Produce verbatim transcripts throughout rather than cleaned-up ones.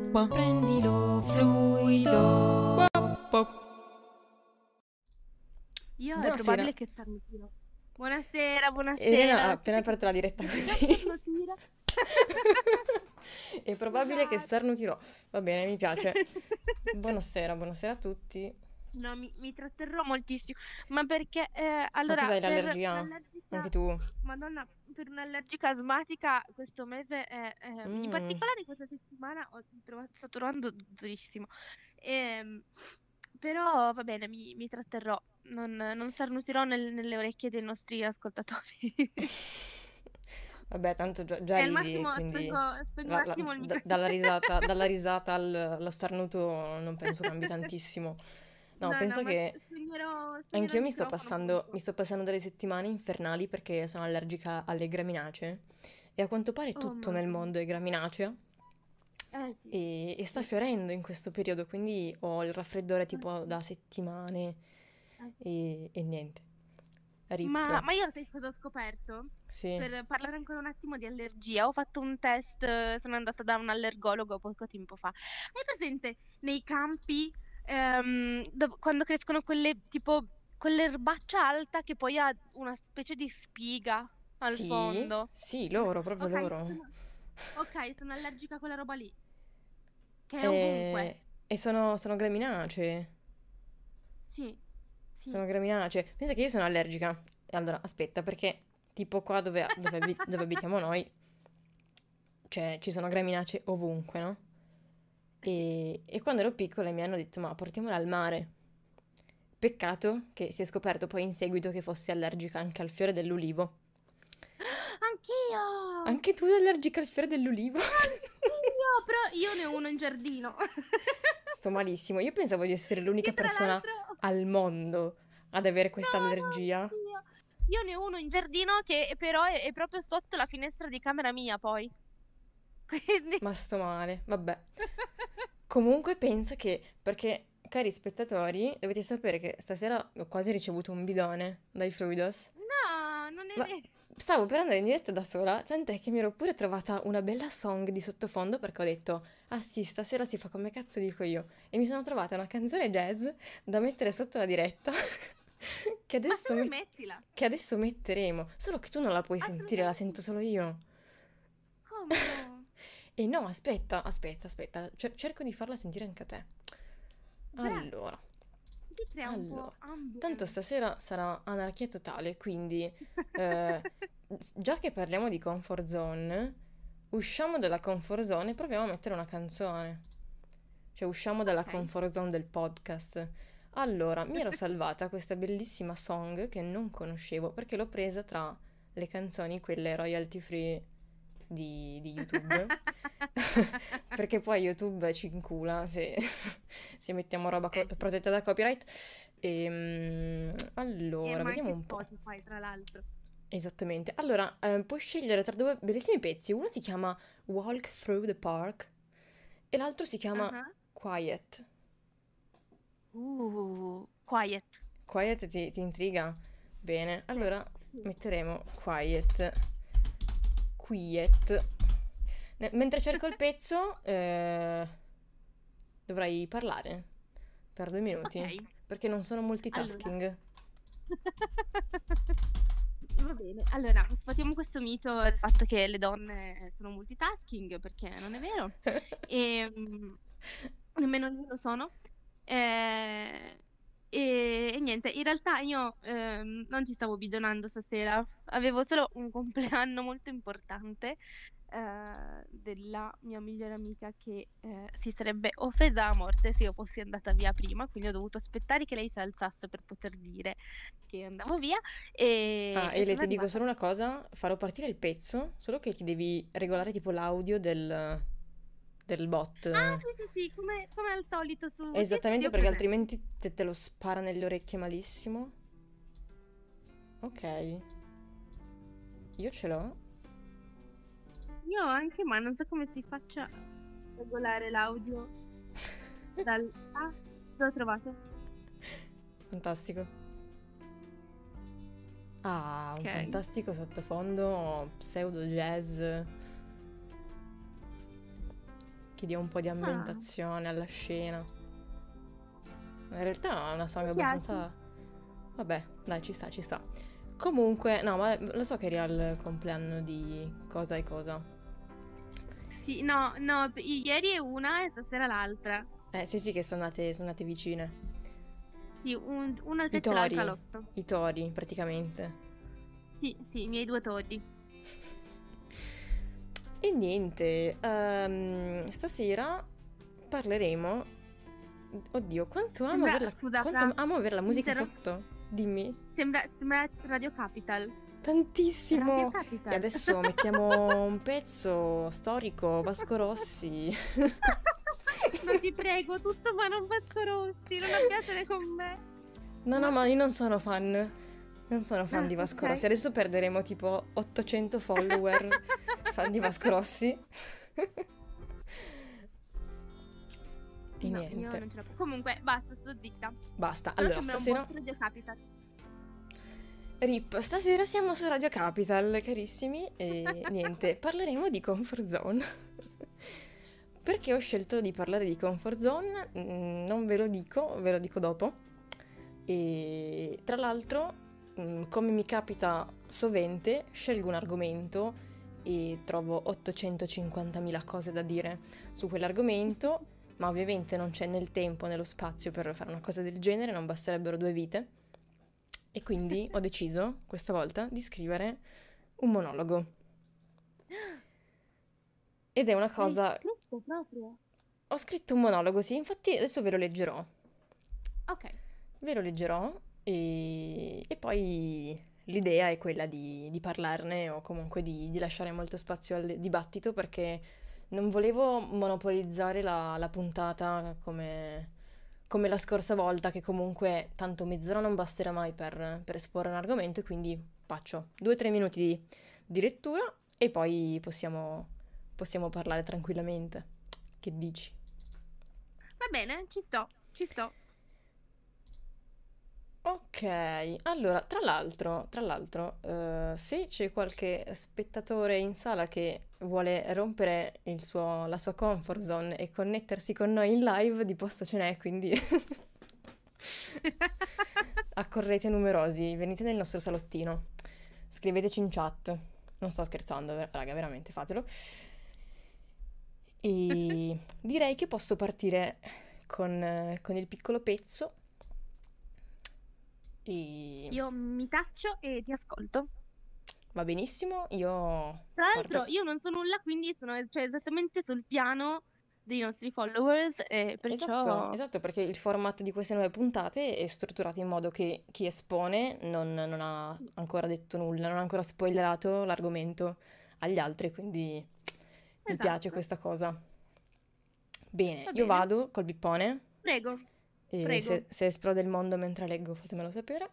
acqua, prendilo fluido. Io è Buonasera. probabile che starnutiro. Buonasera, buonasera. Elena ha Aspetta appena che- aperto la diretta che così. starnutira. È probabile che Scusate. starnutirò. Va bene, mi piace. Buonasera, buonasera a tutti. No, mi, mi tratterrò moltissimo. Ma perché, eh, Ma allora, cos'hai, per l'allergia? un'allergica, Anche tu? Madonna, per un'allergica asmatica questo mese, è, è- in Mm. particolare questa settimana, ho trovato, sto trovando durissimo. Ehm, però va bene, mi, mi tratterrò. Non, non starnutirò nel- nelle orecchie dei nostri ascoltatori. Vabbè, tanto già, già E al ridi, massimo quindi spengo, spengo un la- la- attimo il da- microfono. dalla risata, dalla risata al- allo starnuto non penso cambi tantissimo. No, No, no, penso ma che spegnerò, spegnerò anch'io il mi sto microfono fra un passando, po'. mi sto passando delle settimane infernali perché sono allergica alle graminacee e a quanto pare Oh tutto nel mamma mia. mondo è graminacea Eh sì, e, e sta sì. fiorendo in questo periodo, quindi ho il raffreddore Eh tipo sì, da settimane eh sì. e, e niente. Ma, Rip. ma io sai cosa ho scoperto? Sì. Per parlare ancora un attimo di allergia, ho fatto un test, eh, sono andata da un allergologo poco tempo fa. Hai presente nei campi, ehm, dov- quando crescono quelle, tipo, quell'erbaccia alta che poi ha una specie di spiga al Sì, fondo? sì, loro, proprio Ok, loro. sono, ok, sono allergica a quella roba lì, che è ovunque. E, e sono, sono graminacee. Sì, sì. Sono graminacee. Pensa che io sono allergica. Allora, aspetta, perché tipo qua dove, dove abi- dove abitiamo noi, cioè ci sono graminacee ovunque, no? Sì. E, e quando ero piccola mi hanno detto, ma portiamola al mare. Peccato che si è scoperto poi in seguito che fossi allergica anche al fiore dell'ulivo. Anch'io! Anche tu sei allergica al fiore dell'ulivo? Anch'io! Però io ne ho uno in giardino. Sto malissimo. Io pensavo di essere l'unica Che tra persona l'altro... al mondo ad avere No, questa no, allergia. anch'io. Io ne ho uno in giardino che però è, è proprio sotto la finestra di camera mia, poi. Quindi... Ma sto male, vabbè. Comunque pensa che, perché, cari spettatori, dovete sapere che stasera ho quasi ricevuto un bidone dai Fluidos. No, non è Ma vero. stavo per andare in diretta da sola, tant'è che mi ero pure trovata una bella song di sottofondo perché ho detto, ah sì, stasera si fa come cazzo dico io. E mi sono trovata una canzone jazz da mettere sotto la diretta, che Ma adesso, se vuoi met- mettila. che adesso metteremo. Solo che tu non la puoi sentire, la Assolutamente sento sì. solo io. Come no? E no, aspetta, aspetta, aspetta, cer- cerco di farla sentire anche a te. Grazie. Allora, Ti crea un allora, po' tanto ambiente. stasera sarà anarchia totale, quindi eh, già che parliamo di comfort zone, usciamo dalla comfort zone e proviamo a mettere una canzone. Cioè, usciamo dalla Ok. comfort zone del podcast. Allora, mi ero salvata questa bellissima song che non conoscevo perché l'ho presa tra le canzoni, quelle royalty free di, di YouTube. Perché poi YouTube ci incula se, se mettiamo roba co- Eh sì. protetta da copyright. Ehm, E allora, ma vediamo anche un po'. Spotify, tra l'altro. Esattamente. Allora, eh, puoi scegliere tra due bellissimi pezzi. Uno si chiama Walk Through the Park e l'altro si chiama Ah. Quiet. Uh, quiet. Quiet ti, ti intriga? Bene, Sì, allora sì. metteremo Quiet. Quiet. Ne- mentre cerco il pezzo, eh, dovrai parlare per due Ok, minuti, perché non sono allora. multitasking. Va bene. Allora, sfatiamo questo mito del fatto che le donne sono multitasking, perché non è vero. E, mm, nemmeno io lo sono. Eh, e, e niente, in realtà io ehm, non ti stavo bidonando stasera, avevo solo un compleanno molto importante eh, della mia migliore amica che eh, si sarebbe offesa a morte se io fossi andata via prima, quindi ho dovuto aspettare che lei si alzasse per poter dire che andavo via e, Ah, e Ele, sono ti dico arrivata. solo una cosa, farò partire il pezzo, solo che ti devi regolare tipo l'audio del, del Ah, bot. sì, sì, sì, come, come al solito su... Sì, sì, sì, Esattamente ho perché presente. altrimenti te, te lo spara nelle orecchie malissimo. Ok, io ce l'ho. Io anche, ma non so come si faccia a regolare l'audio dal... Ah, l'ho trovato. Fantastico. Ah, un Ok. fantastico sottofondo pseudo jazz. che dia un po' di Ah, ambientazione alla scena. In realtà è una song mi piace. abbastanza... Vabbè, dai, ci sta, ci sta. Comunque, no, ma lo so che era il compleanno di cosa e cosa. Sì, no, no, p- ieri è una e stasera l'altra. Eh, sì, sì, che sono andate, sono andate vicine. Sì, un- una al I sette e l'altra tori, all'otto. i tori, praticamente. Sì, sì, i miei due tori. E niente, ehm, stasera parleremo... Oddio, quanto amo Sembra, averla, scusa, quanto Fra, amo avere la musica interro- sotto. Dimmi. sembra, sembra Radio Capital. Radio Tantissimo. E Capital. adesso mettiamo un pezzo storico, Vasco Rossi. No, ti prego, tutto ma non Vasco Rossi, non abbiatene con me. No, no, Ma... ma io non sono fan. Non sono fan Ah, di Vasco ok. Rossi. Adesso perderemo tipo ottocento follower fan di Vasco Rossi. E No, io niente. non ce la posso. Comunque, basta, sto zitta. Basta. Però Allora, sembra un stasera... po' Radio Capital. Rip, stasera siamo su Radio Capital, carissimi, e niente, parleremo di comfort zone. Perché ho scelto di parlare di comfort zone? Mm, Non ve lo dico, ve lo dico dopo. E tra l'altro, mm, come mi capita sovente, scelgo un argomento e trovo ottocentocinquantamila cose da dire su quell'argomento, ma ovviamente non c'è né il tempo né lo spazio per fare una cosa del genere, non basterebbero due vite. E quindi ho deciso, questa volta, di scrivere un monologo. Ed è una L'hai cosa... scritto proprio? Ho scritto un monologo, sì, infatti adesso ve lo leggerò. Ok. Ve lo leggerò e, e poi l'idea è quella di, di parlarne o comunque di, di lasciare molto spazio al dibattito perché non volevo monopolizzare la, la puntata come, come la scorsa volta, che comunque tanto mezz'ora non basterà mai per, per esporre un argomento, e quindi faccio due o tre minuti di, di lettura e poi possiamo, possiamo parlare tranquillamente. Che dici? Va bene, ci sto, ci sto. Ok, allora, tra l'altro, tra l'altro, eh, se c'è qualche spettatore in sala che vuole rompere il suo- la sua comfort zone e connettersi con noi in live, di posto ce n'è, quindi accorrete numerosi, venite nel nostro salottino, scriveteci in chat. Non sto scherzando, ver- raga, veramente fatelo. E direi che posso partire con, eh, con il piccolo pezzo. E Io mi taccio e ti ascolto. va benissimo, io Tra l'altro, parto. io non so nulla, quindi sono cioè, esattamente sul piano dei nostri followers e Esatto, perciò... esatto, perché il format di queste nuove puntate è strutturato in modo che chi espone non, non ha ancora detto nulla, non ha ancora spoilerato l'argomento agli altri, quindi mi piace Esatto, questa cosa. Bene, va io bene. vado col bippone Prego, e prego. se, se esplode il mondo mentre leggo fatemelo sapere.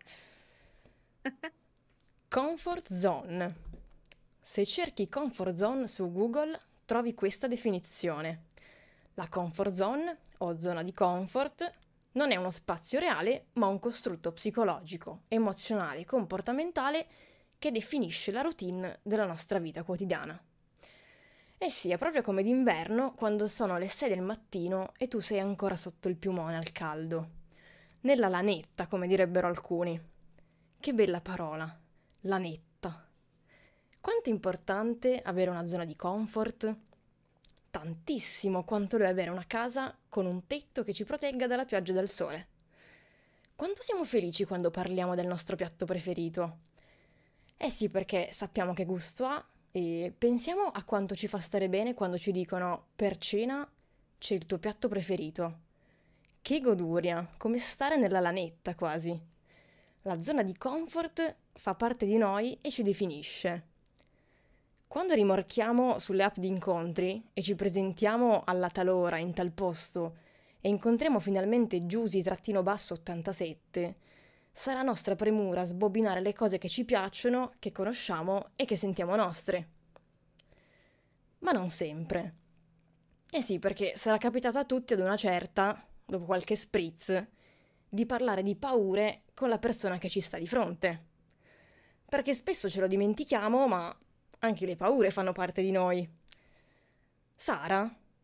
Comfort zone. Se cerchi comfort zone su Google trovi questa definizione. La comfort zone, o zona di comfort, non è uno spazio reale, ma un costrutto psicologico, emozionale e comportamentale che definisce la routine della nostra vita quotidiana. Eh sì, è proprio come d'inverno quando sono le sei del mattino e tu sei ancora sotto il piumone al caldo. Nella lanetta, come direbbero alcuni. Che bella parola, lanetta. Quanto è importante avere una zona di comfort? Tantissimo quanto lo è avere una casa con un tetto che ci protegga dalla pioggia e dal sole. Quanto siamo felici quando parliamo del nostro piatto preferito? Eh sì, perché sappiamo che gusto ha e pensiamo a quanto ci fa stare bene quando ci dicono per cena c'è il tuo piatto preferito. Che goduria, come stare nella lanetta quasi. La zona di comfort fa parte di noi e ci definisce. Quando rimorchiamo sulle app di incontri e ci presentiamo alla tal ora in tal posto e incontriamo finalmente Giusy-basso ottantasette, sarà nostra premura sbobinare le cose che ci piacciono, che conosciamo e che sentiamo nostre. Ma non sempre. Eh sì, perché sarà capitato a tutti ad una certa, dopo qualche spritz, di parlare di paure con la persona che ci sta di fronte. Perché spesso ce lo dimentichiamo, ma anche le paure fanno parte di noi. Sara,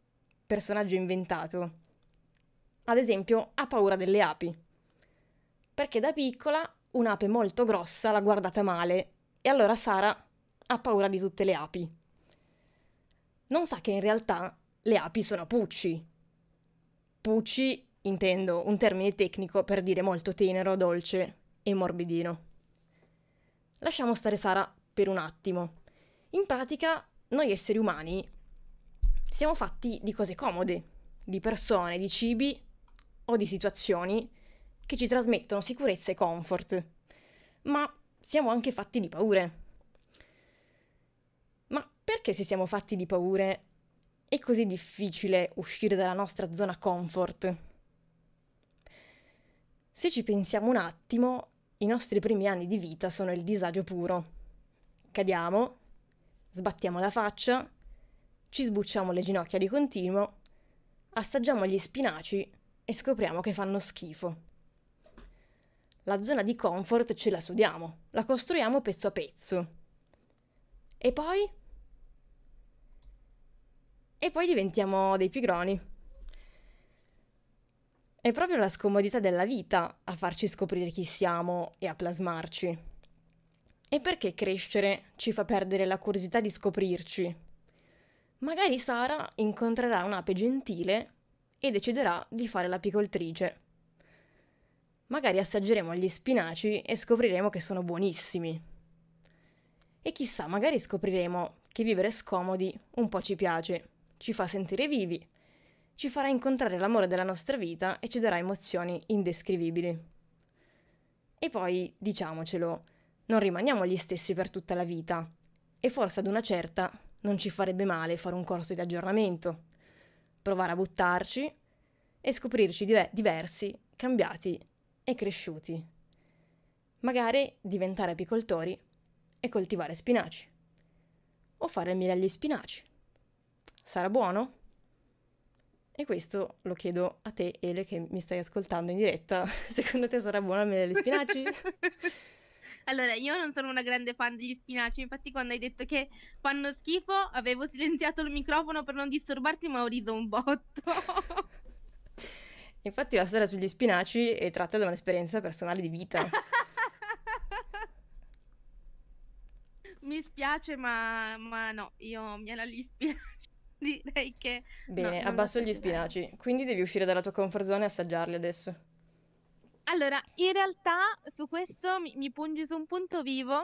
personaggio inventato, ad esempio, ha paura delle api, perché da piccola un'ape molto grossa l'ha guardata male e allora Sara ha paura di tutte le api. Non sa che in realtà le api sono pucci. Pucci, intendo, un termine tecnico per dire molto tenero, dolce e morbidino. Lasciamo stare Sara per un attimo. In pratica, noi esseri umani siamo fatti di cose comode, di persone, di cibi o di situazioni che ci trasmettono sicurezza e comfort. Ma siamo anche fatti di paure. Ma perché se siamo fatti di paure è così difficile uscire dalla nostra zona comfort? Se ci pensiamo un attimo, i nostri primi anni di vita sono il disagio puro. Cadiamo, sbattiamo la faccia, ci sbucciamo le ginocchia di continuo, assaggiamo gli spinaci e scopriamo che fanno schifo. La zona di comfort ce la sudiamo, la costruiamo pezzo a pezzo. E poi? E poi diventiamo dei pigroni. È proprio la scomodità della vita a farci scoprire chi siamo e a plasmarci. E perché crescere ci fa perdere la curiosità di scoprirci? Magari Sara incontrerà un'ape gentile e deciderà di fare l'apicoltrice. Magari assaggeremo gli spinaci e scopriremo che sono buonissimi. E chissà, magari scopriremo che vivere scomodi un po' ci piace, ci fa sentire vivi, ci farà incontrare l'amore della nostra vita e ci darà emozioni indescrivibili. E poi, diciamocelo, non rimaniamo gli stessi per tutta la vita e forse ad una certa non ci farebbe male fare un corso di aggiornamento, provare a buttarci e scoprirci dive- diversi, cambiati e cresciuti. Magari diventare apicoltori e coltivare spinaci. O fare il miele agli spinaci. Sarà buono? E questo lo chiedo a te, Ele, che mi stai ascoltando in diretta. Secondo te sarà buono il miele agli spinaci? Allora, io non sono una grande fan degli spinaci, infatti quando hai detto che fanno schifo avevo silenziato il microfono per non disturbarti, ma ho riso un botto. Infatti la storia sugli spinaci è tratta da un'esperienza personale di vita. Mi spiace, ma, ma no, io miele agli spinaci direi che no, Bene, non lo abbasso gli assaggerei. spinaci, quindi devi uscire dalla tua comfort zone e assaggiarli adesso. Allora, in realtà su questo mi, mi pungi su un punto vivo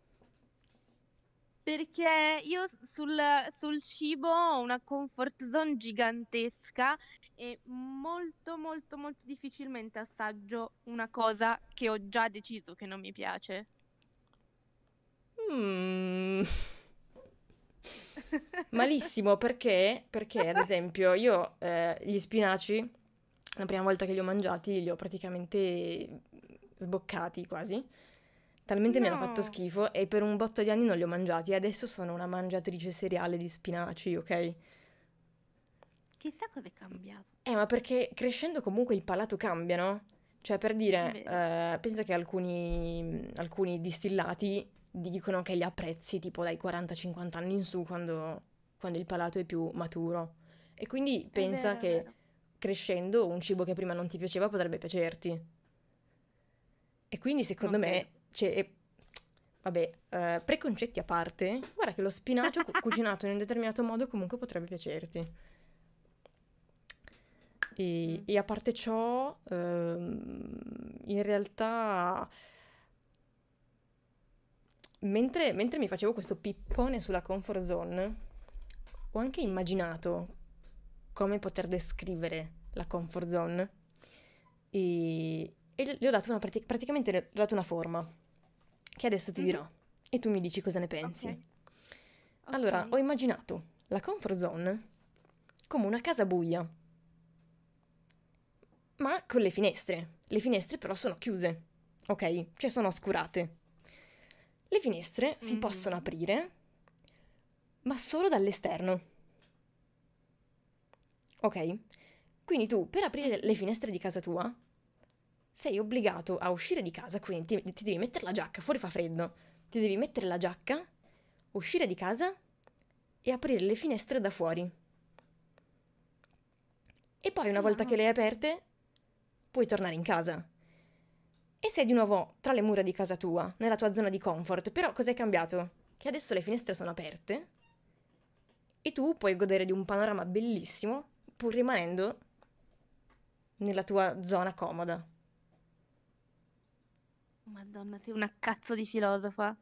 perché io s- sul, sul cibo ho una comfort zone gigantesca e molto molto molto difficilmente assaggio una cosa che ho già deciso che non mi piace. Mm. Malissimo, perché? Perché, ad esempio, io eh, gli spinaci, la prima volta che li ho mangiati, li ho praticamente sboccati quasi. Talmente mi hanno fatto No, schifo e per un botto di anni non li ho mangiati. E adesso sono una mangiatrice seriale di spinaci, ok? chissà cosa è cambiato. Eh, ma perché crescendo comunque il palato cambia, no? Cioè, per dire, Vero. eh, pensa che alcuni, alcuni distillati dicono che li apprezzi tipo dai quaranta cinquanta anni in su quando, quando il palato è più maturo. E quindi È pensa vero, è che vero. crescendo un cibo che prima non ti piaceva potrebbe piacerti. E quindi Non secondo credo. me, cioè, vabbè, eh, preconcetti a parte, guarda che lo spinacio cu- cucinato in un determinato modo comunque potrebbe piacerti. E, Mm. e a parte ciò, ehm, in realtà, mentre, mentre mi facevo questo pippone sulla comfort zone, ho anche Sì. immaginato come poter descrivere la comfort zone e, e le ho dato una, prati- praticamente le ho dato una forma, che adesso ti Mhm. dirò. E tu mi dici cosa ne Ok, pensi. Allora, ho ok. immaginato la comfort zone come una casa buia, ma con le finestre. Le finestre però sono chiuse, ok? Cioè sono oscurate. Le finestre si possono Mhm. aprire, ma solo dall'esterno, ok? Quindi tu, per aprire le Mhm. finestre di casa tua, sei obbligato a uscire di casa, quindi ti, ti devi mettere la giacca, fuori fa freddo, ti devi mettere la giacca, uscire di casa e aprire le finestre da fuori. E poi una volta che Ah, le hai aperte, puoi tornare in casa. E sei di nuovo tra le mura di casa tua, nella tua zona di comfort. Però cos'è cambiato? Che adesso le finestre sono aperte e tu puoi godere di un panorama bellissimo, pur rimanendo nella tua zona comoda. Madonna, sei una cazzo di filosofa.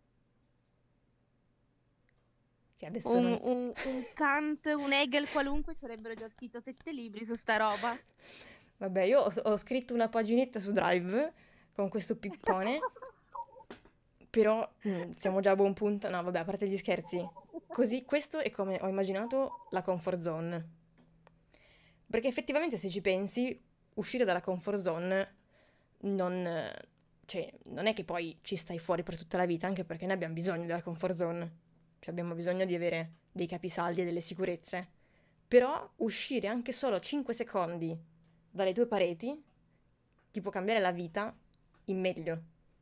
Sì, adesso Un, non... un, un Kant, un Hegel qualunque ci avrebbero già scritto sette libri su sta roba. Vabbè, io ho, ho scritto una paginetta su Drive con questo pippone, però mm, siamo già a buon punto. No, vabbè, a parte gli scherzi. Così, questo è come ho immaginato la comfort zone. Perché effettivamente se ci pensi, uscire dalla comfort zone non, eh, cioè, non è che poi ci stai fuori per tutta la vita, anche perché noi abbiamo bisogno della comfort zone. Cioè abbiamo bisogno di avere dei capisaldi e delle sicurezze. Però uscire anche solo cinque secondi dalle tue pareti ti può cambiare la vita in meglio.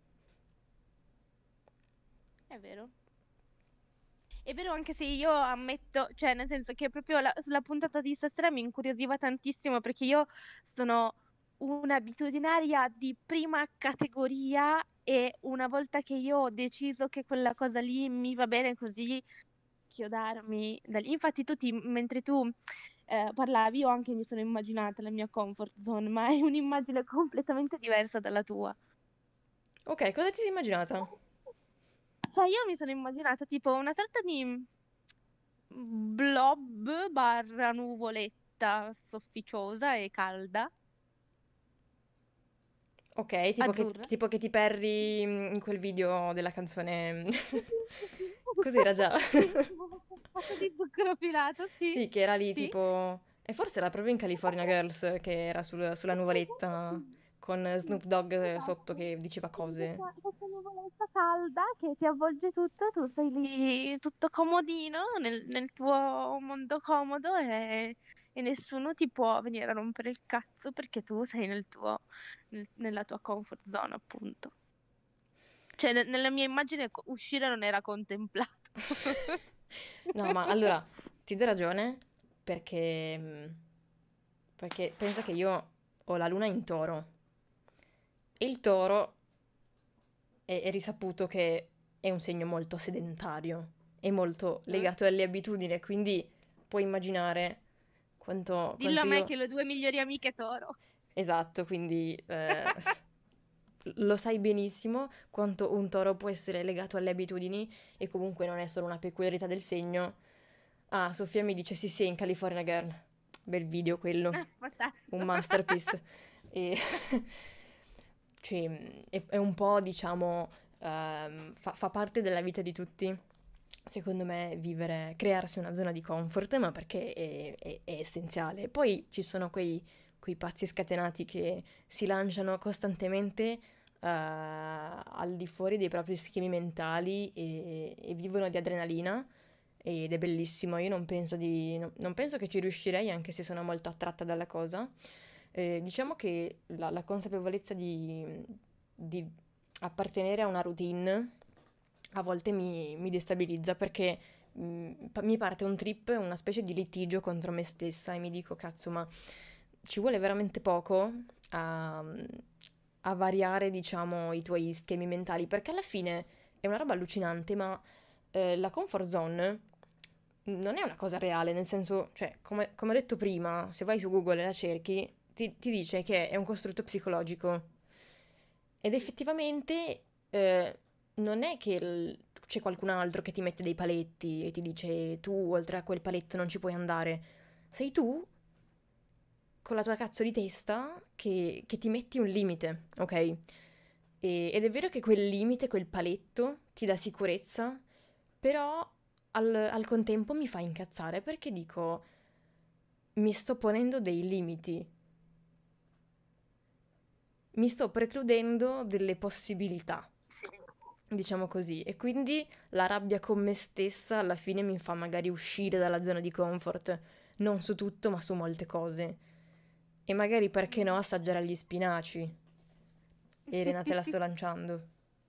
È vero. È vero anche se io ammetto, cioè nel senso che proprio la, sulla puntata di stasera mi incuriosiva tantissimo perché io sono un'abitudinaria di prima categoria e una volta che io ho deciso che quella cosa lì mi va bene così, chiodarmi da lì. Infatti tu ti, mentre tu eh, parlavi io anche mi sono immaginata la mia comfort zone, ma è un'immagine completamente diversa dalla tua. Ok, cosa ti sei immaginata? Cioè, io mi sono immaginata tipo una sorta di blob barra nuvoletta sofficiosa e calda, Ok, tipo che, azzurra. tipo che ti perri in quel video della canzone. Sì, sì, sì, Cos'era già? sì, tipo questo spazio di zucchero filato, sì, Sì, che era lì sì. tipo... E forse era proprio in California Girls che era sul- sulla nuvoletta con Sì, Snoop Dogg sotto esatto. che diceva Quindi cose. questa, questa nuvoletta calda che ti avvolge tutto, tu sei lì tutto comodino nel, nel tuo mondo comodo e, e nessuno ti può venire a rompere il cazzo perché tu sei nel tuo, nel- nella tua comfort zone, appunto. Cioè, ne- nella mia immagine co- uscire non era contemplato. No, ma allora, ti do ragione perché... mm, perché pensa che io ho la luna in toro e il toro è, è risaputo che è un segno molto sedentario e molto Eh? legato alle abitudini, quindi puoi immaginare quanto, Dillo a quanto me io... che le ho due migliori amiche toro. Esatto, quindi eh, lo sai benissimo quanto un toro può essere legato alle abitudini e comunque non è solo una peculiarità del segno. Ah, Sofia mi dice sì sì, in California Girl. Bel video quello, Ah, un fantastico. masterpiece. E cioè, è, è un po', diciamo, ehm, fa, fa parte della vita di tutti. Secondo me vivere, crearsi una zona di comfort, ma perché è, è- è essenziale. Poi ci sono quei, quei pazzi scatenati che si lanciano costantemente eh, al di fuori dei propri schemi mentali e, e vivono di adrenalina ed è bellissimo. Io non penso di, no- non penso che ci riuscirei, anche se sono molto attratta dalla cosa. Eh, diciamo che la, la consapevolezza di, di appartenere a una routine a volte mi, mi destabilizza perché mh, pa- mi parte un trip, una specie di litigio contro me stessa e mi dico, cazzo, ma ci vuole veramente poco a, a variare, diciamo, i tuoi schemi mentali, perché alla fine è una roba allucinante, ma eh, la comfort zone non è una cosa reale, nel senso, cioè, come, come ho detto prima, se vai su Google e la cerchi, ti, ti dice che è un costrutto psicologico. Ed effettivamente eh, non è che il- c'è qualcun altro che ti mette dei paletti e ti dice tu oltre a quel paletto non ci puoi andare. Sei tu con la tua cazzo di testa che, che ti metti un limite, ok? E- ed è vero che quel limite, quel paletto ti dà sicurezza, però al, al contempo mi fa incazzare perché dico mi sto ponendo dei limiti, mi sto precludendo delle possibilità. Diciamo così, e quindi la rabbia con me stessa alla fine mi fa magari uscire dalla zona di comfort, non su tutto, ma su molte cose. E magari perché no Mm. assaggiare gli spinaci. E Elena te la sto lanciando.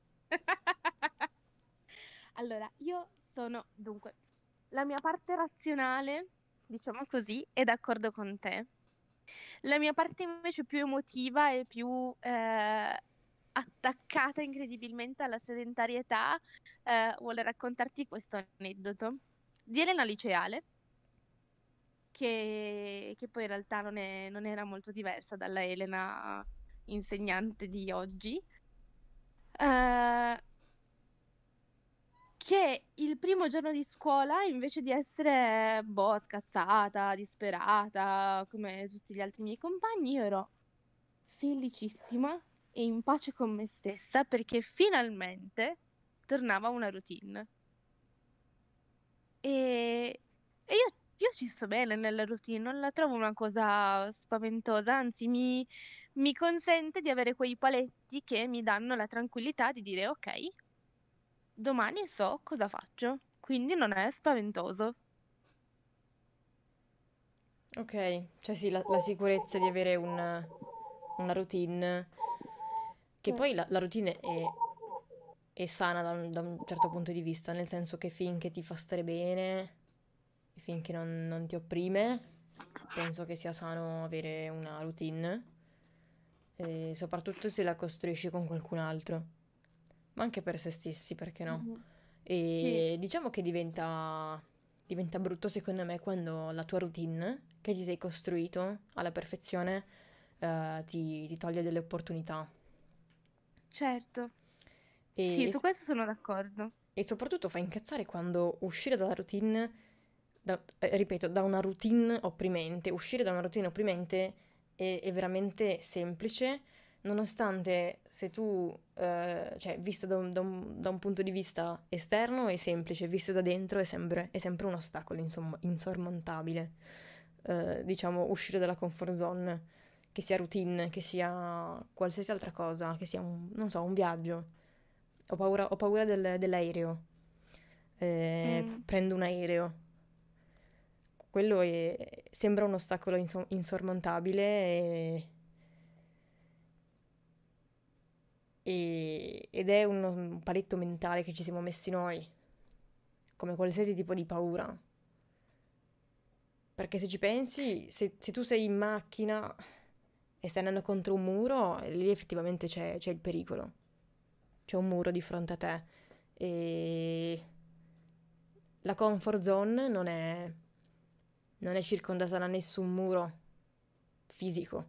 Allora, io sono, dunque, la mia parte razionale, diciamo così, è d'accordo con te. La mia parte invece più emotiva e più eh, attaccata incredibilmente alla sedentarietà eh, vuole raccontarti questo aneddoto di Elena Liceale, che, che poi in realtà non è- non era molto diversa dalla Elena insegnante di oggi, eh, che il primo giorno di scuola, invece di essere, boh, scazzata, disperata, come tutti gli altri miei compagni, io ero felicissima e in pace con me stessa perché finalmente tornava una routine. E, e io, io ci sto bene nella routine, non la trovo una cosa spaventosa, anzi mi, mi consente di avere quei paletti che mi danno la tranquillità di dire ok, domani so cosa faccio, quindi non è spaventoso. Ok, cioè sì, la, la sicurezza di avere un- una routine, che Sì. poi la, la routine è, è sana da un, da un certo punto di vista, nel senso che finché ti fa stare bene, e finché non, non ti opprime, penso che sia sano avere una routine, e soprattutto se la costruisci con qualcun altro, ma anche per se stessi, perché no? Mhm. Sì, E diciamo che diventa, diventa brutto secondo me quando la tua routine che ti sei costruito alla perfezione eh, ti, ti toglie delle opportunità. certo. E, Sì, e su questo sono d'accordo. e soprattutto fa incazzare quando uscire dalla routine, da- eh, ripeto, da una routine opprimente, uscire da una routine opprimente è, è veramente semplice, nonostante se tu, eh, cioè, visto da un, da un- da un punto di vista esterno è semplice, visto da dentro è sempre, è sempre un ostacolo insomma, insormontabile. Eh, diciamo, uscire dalla comfort zone, che sia routine, che sia qualsiasi altra cosa, che sia un, non so, un viaggio. Ho paura, ho paura del- dell'aereo. Eh, Mm, prendo un aereo. Quello è- sembra un ostacolo inso- insormontabile e- e- ed è uno- un paletto mentale che ci siamo messi noi, come qualsiasi tipo di paura. Perché se ci pensi, se, se tu sei in macchina e stai andando contro un muro, lì effettivamente c'è, c'è il pericolo. C'è un muro di fronte a te. E la comfort zone non è, non è circondata da nessun muro fisico.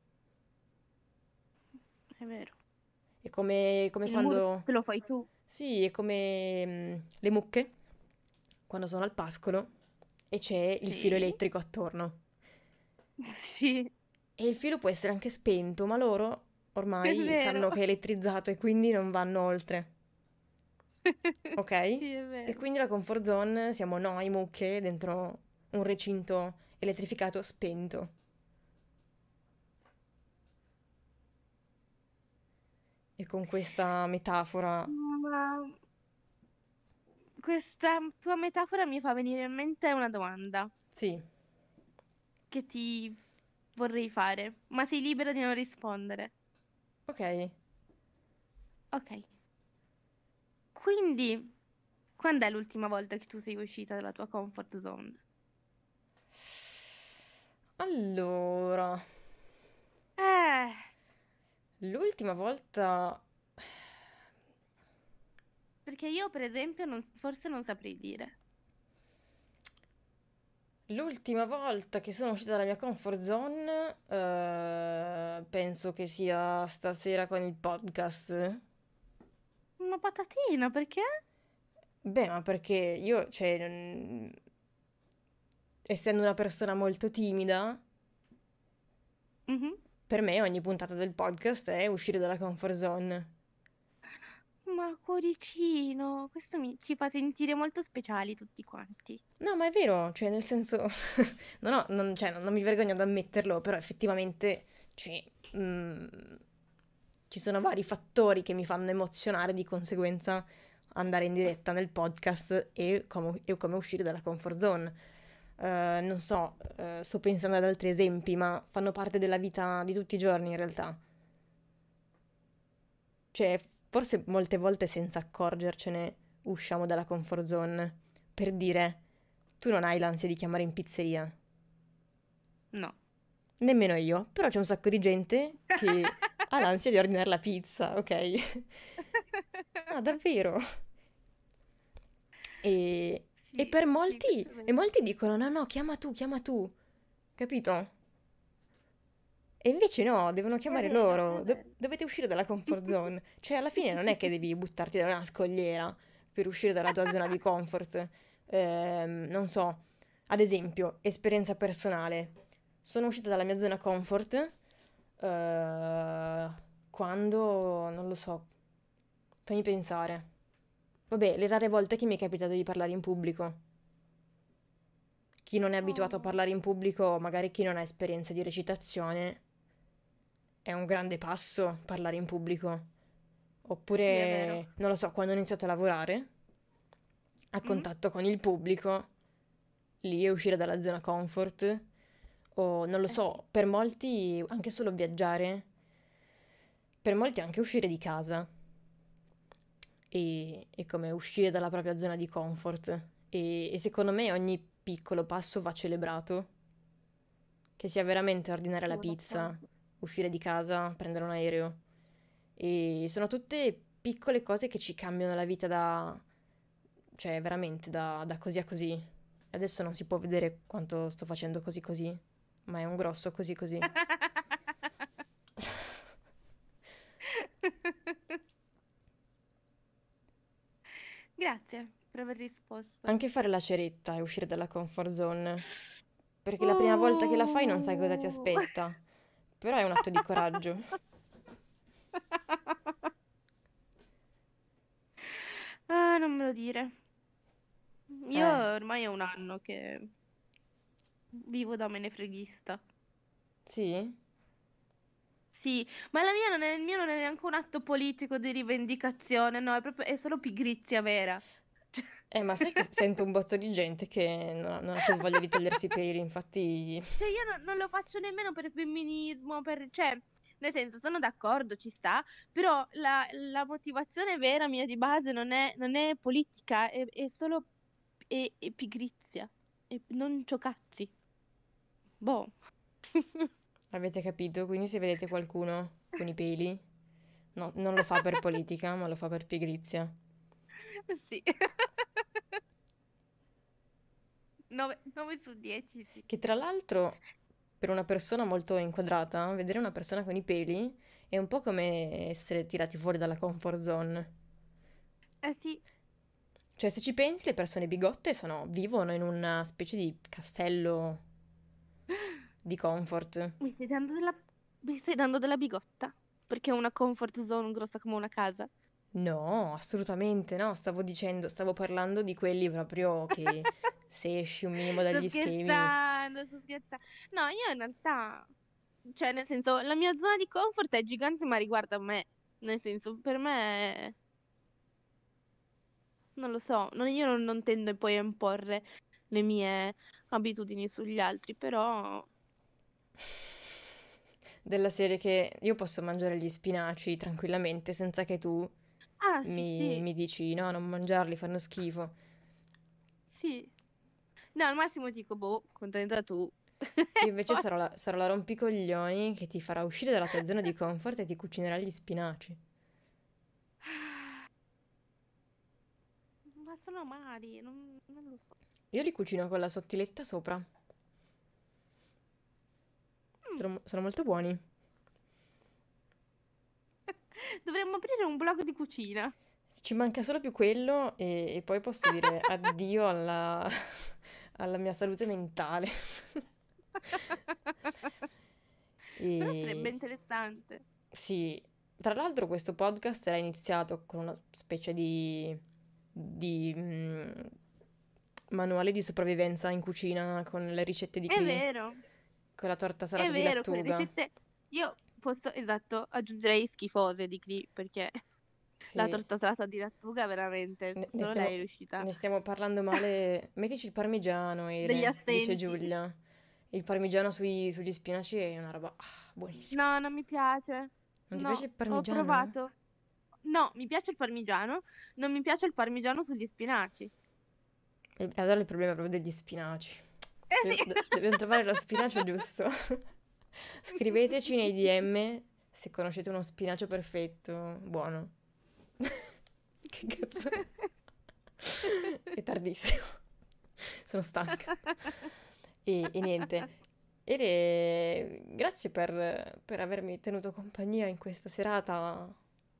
è vero. È come, come Il muro quando... te lo fai tu. Sì, è come mm, le mucche quando sono al pascolo e c'è il filo Sì, elettrico attorno. sì, E il filo può essere anche spento, ma loro è ormai vero. sanno che è elettrizzato e quindi non vanno oltre. Ok? Sì, è E vero. quindi la comfort zone siamo noi mucche dentro un recinto elettrificato spento. E con questa metafora, Ma questa tua metafora mi fa venire in mente una domanda sì, che ti vorrei fare, ma sei libera di non rispondere. ok. Ok, quindi quando è l'ultima volta che tu sei uscita dalla tua comfort zone? Allora, Eh, l'ultima volta... perché io per esempio non- forse non saprei dire. L'ultima volta che sono uscita dalla mia comfort zone, eh, penso che sia stasera con il podcast. Una patatina, perché? Beh, ma perché io, cioè, non- essendo una persona molto timida, Mhm. per me ogni puntata del podcast è uscire dalla comfort zone. Ma cuoricino, questo mi- ci fa sentire molto speciali tutti quanti. No, ma è vero, cioè, nel senso, no, no, non, cioè, non- non mi vergogno ad ammetterlo, però effettivamente, cioè, mm, ci sono vari fattori che mi fanno emozionare, di conseguenza andare in diretta nel podcast e come, e come uscire dalla comfort zone. Eh, non so, eh, sto pensando ad altri esempi, ma fanno parte della vita di tutti i giorni in realtà. Cioè, forse molte volte senza accorgercene usciamo dalla comfort zone per dire, tu non hai l'ansia di chiamare in pizzeria. No. Nemmeno io, però c'è un sacco di gente che ha l'ansia di ordinare la pizza, ok? No, davvero. E, e Sì, per sì, questo molti, è e vero. molti dicono: no, no, chiama tu, chiama tu, capito? E invece no, devono È chiamare vero, è loro. Do- vero. dovete uscire dalla comfort zone. Cioè, alla fine non è che devi buttarti da una scogliera per uscire dalla tua zona di comfort. Ehm, non so, ad esempio, esperienza personale. Sono uscita dalla mia zona comfort eh, quando, non lo so, fammi pensare. Vabbè, le rare volte che mi è capitato di parlare in pubblico. Chi non è abituato a Oh, parlare in pubblico, magari chi non ha esperienza di recitazione, è un grande passo parlare in pubblico. sì, è vero. Oppure, non lo so, quando ho iniziato a lavorare, a Mm? contatto con il pubblico, lì è uscire dalla zona comfort. O, non lo Eh sì. so, per molti anche solo viaggiare, per molti anche uscire di casa. E, e come uscire dalla propria zona di comfort. E, e secondo me ogni piccolo passo va celebrato. Che sia veramente ordinare la Sono pizza, d'accordo. uscire di casa, prendere un aereo. E sono tutte piccole cose che ci cambiano la vita da... cioè veramente da, da così a così. Adesso non si può vedere quanto sto facendo così così, ma è un grosso così così. Grazie per aver risposto. Anche fare la ceretta e uscire dalla comfort zone. Perché la prima volta che la fai non sai cosa ti Uh. aspetta. Però è un atto di coraggio. Ah, non me lo dire. Io Eh, ormai è un anno che vivo da menefreghista. sì? Sì, ma la mia non è, il mio non è neanche un atto politico di rivendicazione, no, è proprio, è solo pigrizia vera. Cioè, Eh, ma sai che sento un botto di gente che non ha, non ha più voglia di togliersi i peli, infatti... cioè, io non, non lo faccio nemmeno per femminismo, per, cioè, nel senso, sono d'accordo, ci sta, però la, la motivazione vera mia di base non è, non è politica, è, è solo è, è pigrizia, e non ciocazzi. Boh. Avete capito? Quindi se vedete qualcuno con i peli, no, non lo fa per politica, ma lo fa per pigrizia. Sì. nove su dieci, sì. Che tra l'altro, per una persona molto inquadrata, vedere una persona con i peli è un po' come essere tirati fuori dalla comfort zone. Eh sì. Cioè, se ci pensi, le persone bigotte sono, vivono in una specie di castello di comfort. Mi stai dando della... Mi stai dando della bigotta? Perché è una comfort zone grossa come una casa. No, assolutamente no, stavo dicendo, stavo parlando di quelli proprio che se esci un minimo Sto dagli schemi. scherzando, sto scherzando. No, io in realtà, cioè, nel senso, la mia zona di comfort è gigante, ma riguarda me. Nel senso, per me, non lo so, non- io non, non tendo poi a imporre le mie abitudini sugli altri, però... Della serie che io posso mangiare gli spinaci tranquillamente senza che tu Ah, sì, mi, sì, mi dici no, non mangiarli, fanno schifo. sì. No, al massimo dico, boh, contenta tu. Io E invece poi... sarò la, sarò la rompicoglioni che ti farà uscire dalla tua zona di comfort e ti cucinerà gli spinaci. Ma sono amari, non, non lo so. Io li cucino con la sottiletta sopra. Mm. Sono, sono molto buoni. Dovremmo aprire un blog di cucina. Ci manca solo più quello e, e poi posso dire addio alla, alla mia salute mentale. Però sarebbe E interessante. sì, tra l'altro questo podcast era iniziato con una specie di, di mm, manuale di sopravvivenza in cucina con le ricette di È Cree, vero, con la torta è salata di vero, quelle lattuga. ricette... Io posso, esatto, aggiungerei schifose di qui, perché la Sì, torta salata di lattuga veramente, ne, ne solo lei stiamo, è riuscita. ne stiamo parlando male. Mettici il parmigiano, Degli Ele, dice assenti. Giulia. Il parmigiano sui- sugli spinaci è una roba ah, buonissima. No, non mi piace. Non ti piace No, il ho parmigiano? provato. No, mi piace il parmigiano, non mi piace il parmigiano sugli spinaci. E allora il problema è proprio degli spinaci. Eh sì. Dobbiamo, do- dobbiamo trovare lo spinacio giusto. Scriveteci nei D M se conoscete uno spinacio perfetto, buono. Che cazzo? È tardissimo. Sono stanca. E, e niente. Ere, grazie per, per avermi tenuto compagnia in questa serata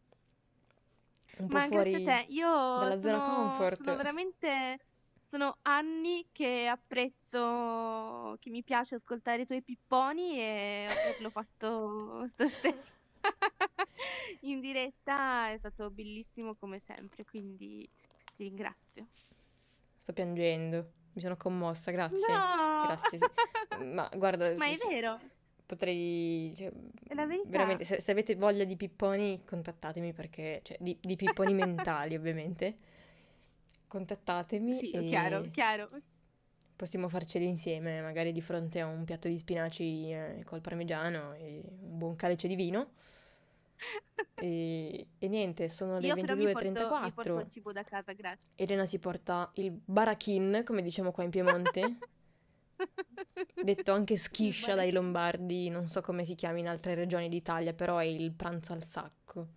un po' Ma grazie a fuori te, io dalla zona sono, sono comfort. veramente, sono anni che apprezzo, che mi piace ascoltare i tuoi pipponi e averlo fatto stasera in diretta è stato bellissimo come sempre, quindi ti ringrazio. Sto piangendo. Mi sono commossa, grazie. No! Grazie. sì. Ma guarda, Ma se- è se- vero, potrei... cioè, è la verità. veramente, se, se avete voglia di pipponi, contattatemi perché... Cioè, di, di pipponi mentali, ovviamente. Contattatemi Sì, chiaro, e chiaro. possiamo farceli insieme, magari di fronte a un piatto di spinaci eh, col parmigiano e un buon calice di vino. E, e niente, sono le Io però mi ventidue e porto, mi porto il trentaquattro. cibo da casa, grazie. Elena si porta il barachin, come diciamo qua in Piemonte, detto anche Il schiscia dai baracchino. lombardi, non so come si chiami in altre regioni d'Italia, però è il pranzo al sacco.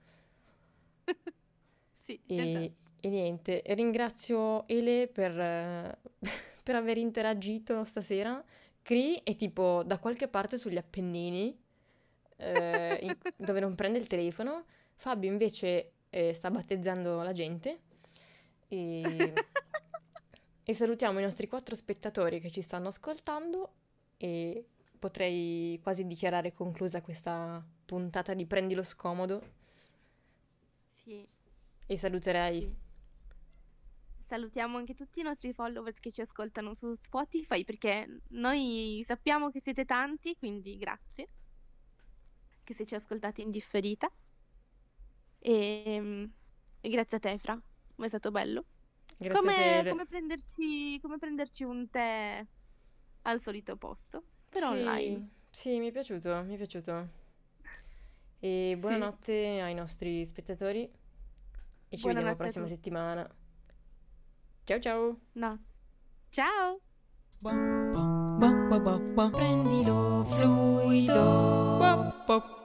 Sì, E, esatto. e niente, ringrazio Ele per, eh, per aver interagito stasera. Cri è tipo da qualche parte sugli Appennini, eh, in- dove non prende il telefono. Fabio invece eh, sta battezzando la gente. E, e salutiamo i nostri quattro spettatori che ci stanno ascoltando e potrei quasi dichiarare conclusa questa puntata di Prendilo Scomodo Sì, e saluterei. sì. Salutiamo anche tutti i nostri follower che ci ascoltano su Spotify perché noi sappiamo che siete tanti, quindi grazie, che se ci ascoltate in differita. E, e grazie a te, Fra, è stato bello. Grazie a te. Come, Ele. come prenderci, come prenderci un tè al solito posto, però Sì, online. sì, mi è piaciuto, mi è piaciuto. E Sì, buonanotte ai nostri spettatori e ci vediamo la buonanotte a prossima tutti. settimana. Ciao ciao! No. Ciao! Prendilo fluido.